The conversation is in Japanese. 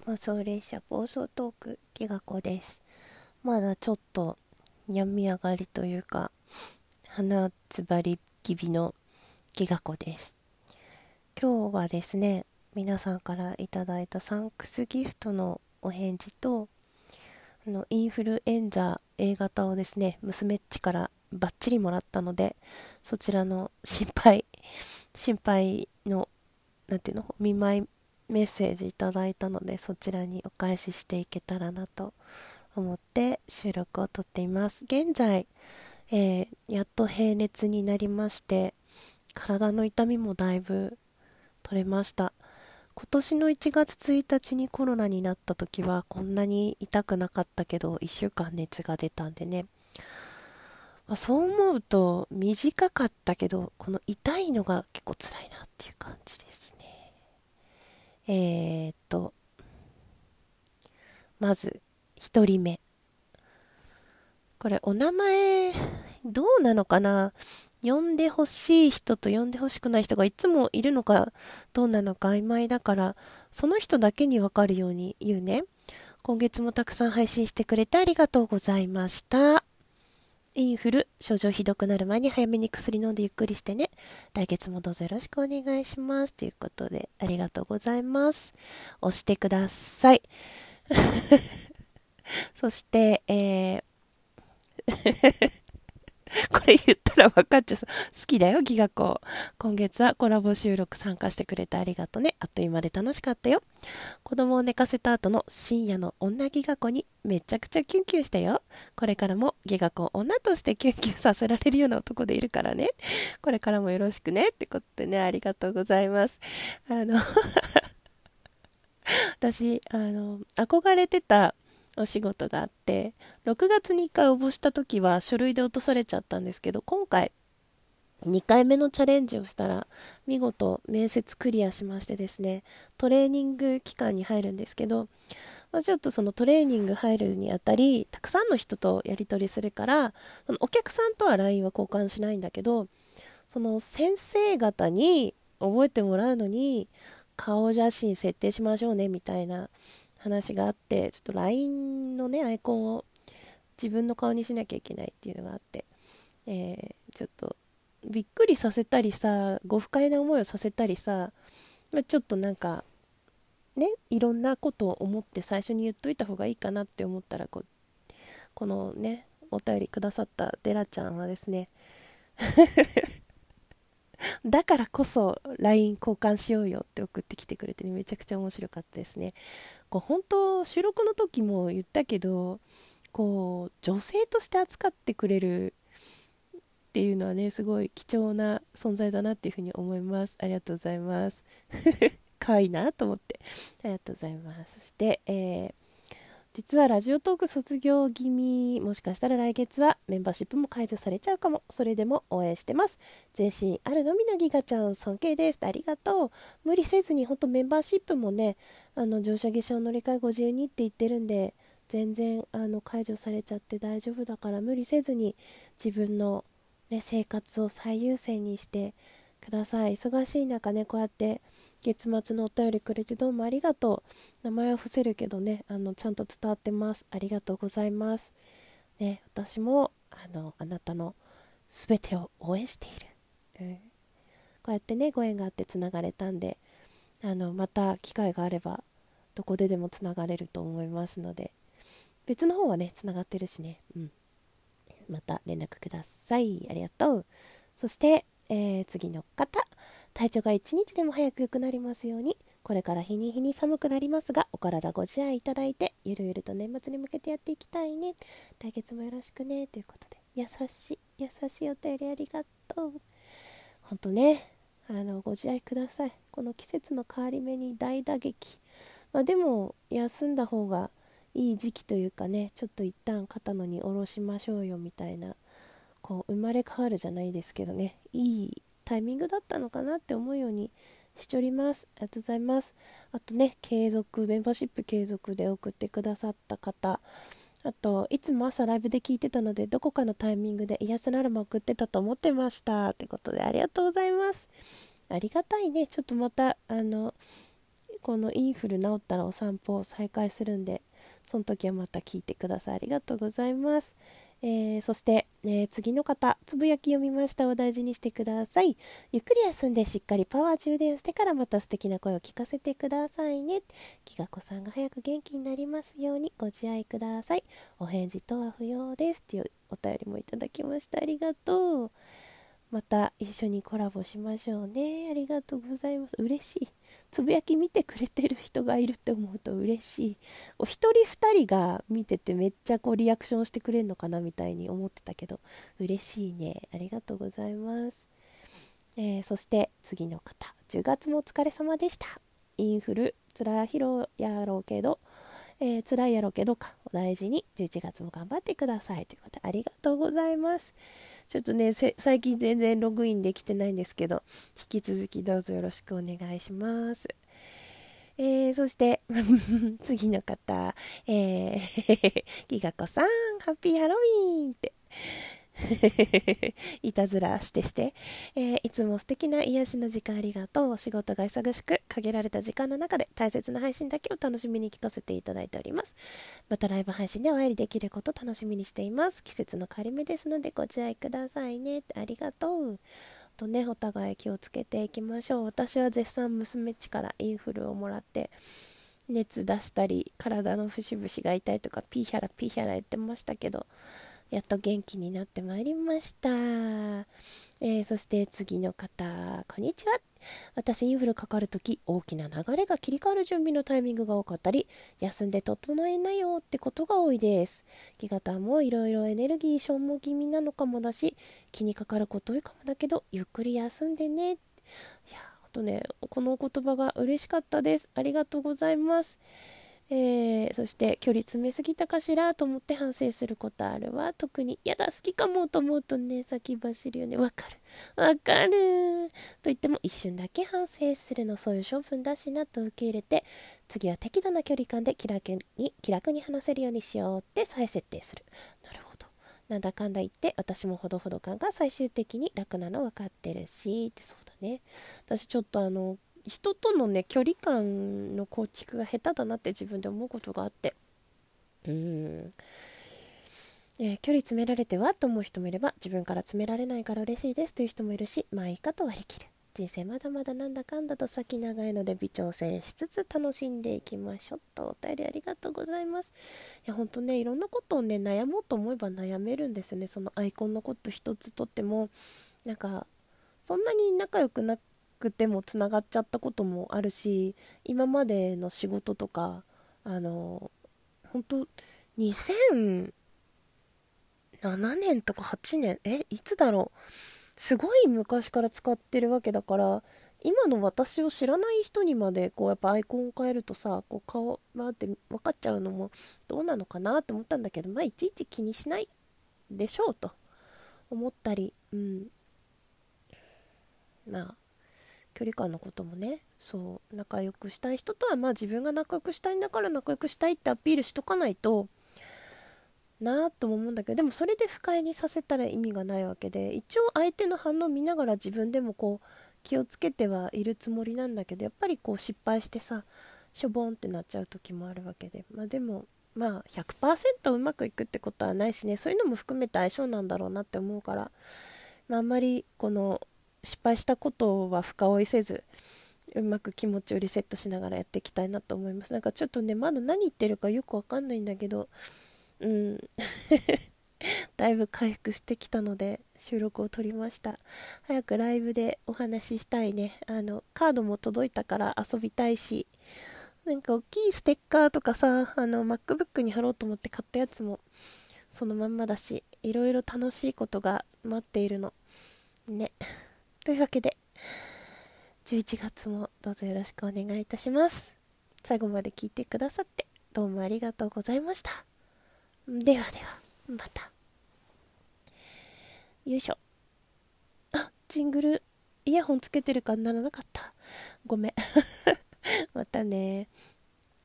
妄想列車暴走トークギガ子です。まだちょっと病み上がりというか鼻つばり気味のギガ子です。今日はですね、皆さんからいただいたサンクスギフトのお返事と、インフルエンザ A 型をですね、娘っちからバッチリもらったので、そちらの心配のなんていうの、お見舞いメッセージいただいたので、そちらにお返ししていけたらなと思って収録をとっています。現在、やっと平熱になりまして、体の痛みもだいぶ取れました。今年の1月1日にコロナになった時はこんなに痛くなかったけど、1週間熱が出たんでね、そう思うと短かったけど、この痛いのが結構辛いなっていう感じですね。まず1人目、これお名前どうなのかな、呼んでほしい人と呼んでほしくない人がいつもいるのかどうなのか曖昧だから、その人だけに分かるように言うね。今月もたくさん配信してくれてありがとうございました。インフル症状ひどくなる前に早めに薬飲んでゆっくりしてね。来月もどうぞよろしくお願いしますということで、ありがとうございます。押してください。そして、これ言ったら分かっちゃう。好きだよ、ギガ子。今月はコラボ収録参加してくれてありがとね。あっという間で楽しかったよ。子供を寝かせた後の深夜の女ギガ子にめちゃくちゃキュンキュンしたよ。これからもギガ子を女としてキュンキュンさせられるような男でいるからね。これからもよろしくね。ってことでね、ありがとうございます。私、憧れてたお仕事があって、6月に1回応募した時は書類で落とされちゃったんですけど、今回2回目のチャレンジをしたら見事面接クリアしましてですね、トレーニング期間に入るんですけど、ちょっとそのトレーニング入るにあたりたくさんの人とやり取りするから、そのお客さんとは LINE は交換しないんだけど、その先生方に覚えてもらうのに顔写真設定しましょうねみたいな話があって、ちょっと LINE のねアイコンを自分の顔にしなきゃいけないっていうのがあって、ちょっとびっくりさせたりさ、ご不快な思いをさせたりさ、ちょっとなんかね、いろんなことを思って最初に言っといた方がいいかなって思ったら、このねお便りくださったデラちゃんはですね、だからこそ LINE 交換しようよって送ってきてくれて、ね、めちゃくちゃ面白かったですね。本当収録の時も言ったけど、女性として扱ってくれるっていうのはね、すごい貴重な存在だなっていうふうに思います。ありがとうございます。可愛いなと思って、ありがとうございます。そして、実はラジオトーク卒業気味、もしかしたら来月はメンバーシップも解除されちゃうかも。それでも応援してます。全身あるのみのギガちゃん、尊敬です。ありがとう。無理せずに、本当メンバーシップもね、乗車下車を乗り換えご自由にって言ってるんで、全然解除されちゃって大丈夫だから、無理せずに自分の、ね、生活を最優先にしてください。忙しい中ね、こうやって月末のお便りくれてどうもありがとう。名前は伏せるけどね、ちゃんと伝わってます。ありがとうございます。ね、私もあなたのすべてを応援している。こうやってね、ご縁があってつながれたんで、また機会があればどこででもつながれると思いますので、別の方はねつながってるしね、また連絡ください。ありがとう。そして、次の方、体調が一日でも早く良くなりますように。これから日に日に寒くなりますが、お体ご自愛いただいて、ゆるゆると年末に向けてやっていきたいね。来月もよろしくねということで、優しいお便りありがとう。ほんとね、ご自愛ください。この季節の変わり目に大打撃。でも休んだ方がいい時期というかね、ちょっと一旦肩の荷下ろしましょうよみたいな、生まれ変わるじゃないですけどね、いいタイミングだったのかなって思うようにしております。ありがとうございます。あとね、メンバーシップ継続で送ってくださった方、あといつも朝ライブで聞いてたので、どこかのタイミングでイヤスラルも送ってたと思ってましたってことで、ありがとうございます。ありがたいね。ちょっとまたこのインフル治ったらお散歩を再開するんで、その時はまた聞いてください。ありがとうございます。そして、次の方、つぶやき読みました。お大事にしてください。ゆっくり休んでしっかりパワー充電をしてからまた素敵な声を聞かせてくださいね。きがこさんが早く元気になりますようにご自愛ください。お返事とは不要です。っていうお便りもいただきました。ありがとう。また一緒にコラボしましょうね。ありがとうございます。嬉しい。つぶやき見てくれてる人がいるって思うと嬉しい。一人二人が見ててめっちゃリアクションしてくれるのかなみたいに思ってたけど、嬉しいね。ありがとうございます。そして次の方、10月もお疲れ様でした。インフルつらいやろうけど、辛いやろうけどか、お大事に。11月も頑張ってくださいということで、ありがとうございます。ちょっとね、最近全然ログインできてないんですけど、引き続きどうぞよろしくお願いします。そして次の方、きがこさん、ハッピーハロウィーンっていたずらして、いつも素敵な癒しの時間ありがとう。仕事が忙しく限られた時間の中で大切な配信だけを楽しみに聞かせていただいております。またライブ配信でお会いできること楽しみにしています。季節の変わり目ですのでご自愛くださいね。ありがとう。とね、お互い気をつけていきましょう。私は絶賛娘っちからインフルをもらって熱出したり体の節々が痛いとかピーヒャラピーヒャラ言ってましたけど、やっと元気になってまいりました。そして次の方、こんにちは。私、インフルかかるとき、大きな流れが切り替わる準備のタイミングが多かったり、休んで整えなよってことが多いです。気型もいろいろエネルギー消耗気味なのかもだし、気にかかること多いかもだけど、ゆっくり休んでね。いや、あとね、このお言葉が嬉しかったです。ありがとうございます。そして距離詰めすぎたかしらと思って反省することあるわ。特にやだ好きかもと思うとね、先走るよね。わかるわかると言っても一瞬だけ反省するの、そういう処分だしなと受け入れて、次は適度な距離感で気楽に話せるようにしようって再設定する。なるほど。なんだかんだ言って私もほどほど感が最終的に楽なの分かってるしって。そうだね、私ちょっと人とのね距離感の構築が下手だなって自分で思うことがあって、距離詰められてはと思う人もいれば、自分から詰められないから嬉しいですという人もいるし、まあいいかと割り切る。人生まだまだなんだかんだと先長いので微調整しつつ楽しんでいきましょう。とお便りありがとうございます。いやほんとね、いろんなことをね悩もうと思えば悩めるんですよね。そのアイコンのこと一つとっても、なんかそんなに仲良くなくてもつながっちゃったこともあるし、今までの仕事とか本当2007年とか8年いつだろう、すごい昔から使ってるわけだから、今の私を知らない人にまでこうやっぱアイコンを変えるとさ、こう顔バーって分かっちゃうのもどうなのかなって思ったんだけど、まあいちいち気にしないでしょうと思ったり、まあ距離感のこともね、そう仲良くしたい人とはまあ自分が仲良くしたいんだから仲良くしたいってアピールしとかないとなとも思うんだけど、でもそれで不快にさせたら意味がないわけで、一応相手の反応を見ながら自分でもこう気をつけてはいるつもりなんだけど、やっぱりこう失敗してさしょぼんってなっちゃう時もあるわけで、まあでもまあ100% うまくいくってことはないしね、そういうのも含めて相性なんだろうなって思うから、まあ、あんまりこの失敗したことは深追いせず、うまく気持ちをリセットしながらやっていきたいなと思います。なんかちょっとねまだ何言ってるかよくわかんないんだけど、だいぶ回復してきたので収録を撮りました。早くライブでお話ししたいね。カードも届いたから遊びたいし、なんか大きいステッカーとかさ、MacBook に貼ろうと思って買ったやつもそのまんまだし、いろいろ楽しいことが待っているのね。というわけで11月もどうぞよろしくお願いいたします。最後まで聞いてくださってどうもありがとうございました。ではではまた。よいしょ。ジングルイヤホンつけてるからならなかった。ごめん。またね。